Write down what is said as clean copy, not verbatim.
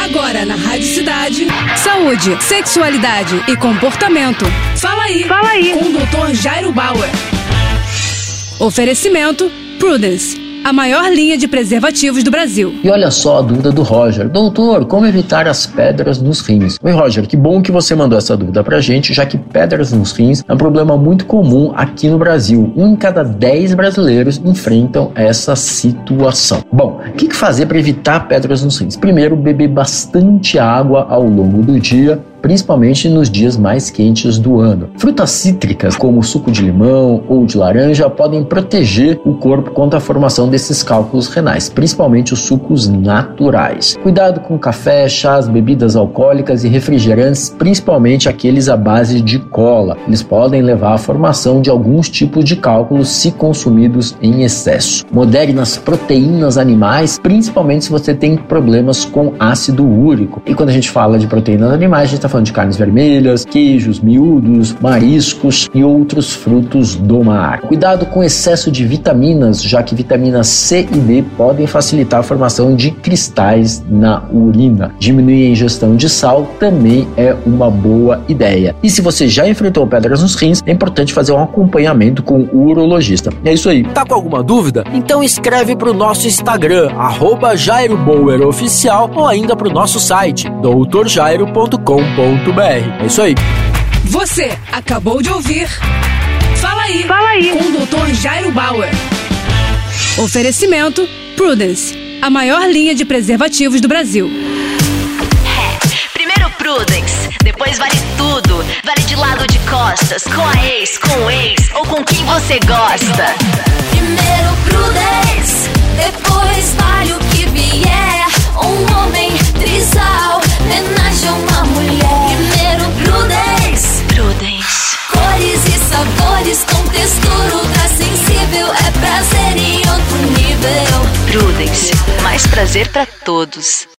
Agora na Rádio Cidade, saúde, sexualidade e comportamento. Fala aí, com o Dr. Jairo Bauer. Oferecimento Prudence, a maior linha de preservativos do Brasil. E olha só a dúvida do Roger. Doutor, como evitar as pedras nos rins? Oi, Roger, que bom que você mandou essa dúvida pra gente, já que pedras nos rins é um problema muito comum aqui no Brasil. 1 em cada 10 brasileiros enfrentam essa situação. Bom, o que fazer para evitar pedras nos rins? Primeiro, beber bastante água ao longo do dia, principalmente nos dias mais quentes do ano. Frutas cítricas, como o suco de limão ou de laranja, podem proteger o corpo contra a formação desses cálculos renais, principalmente os sucos naturais. Cuidado com café, chás, bebidas alcoólicas e refrigerantes, principalmente aqueles à base de cola. Eles podem levar à formação de alguns tipos de cálculos se consumidos em excesso. Modere nas proteínas animais, principalmente se você tem problemas com ácido úrico. E quando a gente fala de proteínas animais, a gente está falando de carnes vermelhas, queijos, miúdos, mariscos e outros frutos do mar. Cuidado com excesso de vitaminas, já que vitaminas C e D podem facilitar a formação de cristais na urina. Diminuir a ingestão de sal também é uma boa ideia. E se você já enfrentou pedras nos rins, é importante fazer um acompanhamento com o urologista. É isso aí. Tá com alguma dúvida? Então escreve pro nosso Instagram, @JairoBauerOficial, ou ainda pro nosso site, drjairo.com.br. É isso aí. Você acabou de ouvir Fala aí, com o Dr. Jairo Bauer. Oferecimento Prudence, a maior linha de preservativos do Brasil. Primeiro Prudence, depois vale tudo. Vale de lado ou de costas, com a ex, com o ex ou com quem você gosta. Primeiro Prudence, depois vale o que vier. Um homem trisal, homenagem a uma mulher. Primeiro Prudence, cores e sabores com textura ultra sensível. É prazer em outro nível. Prudence, mais prazer pra todos.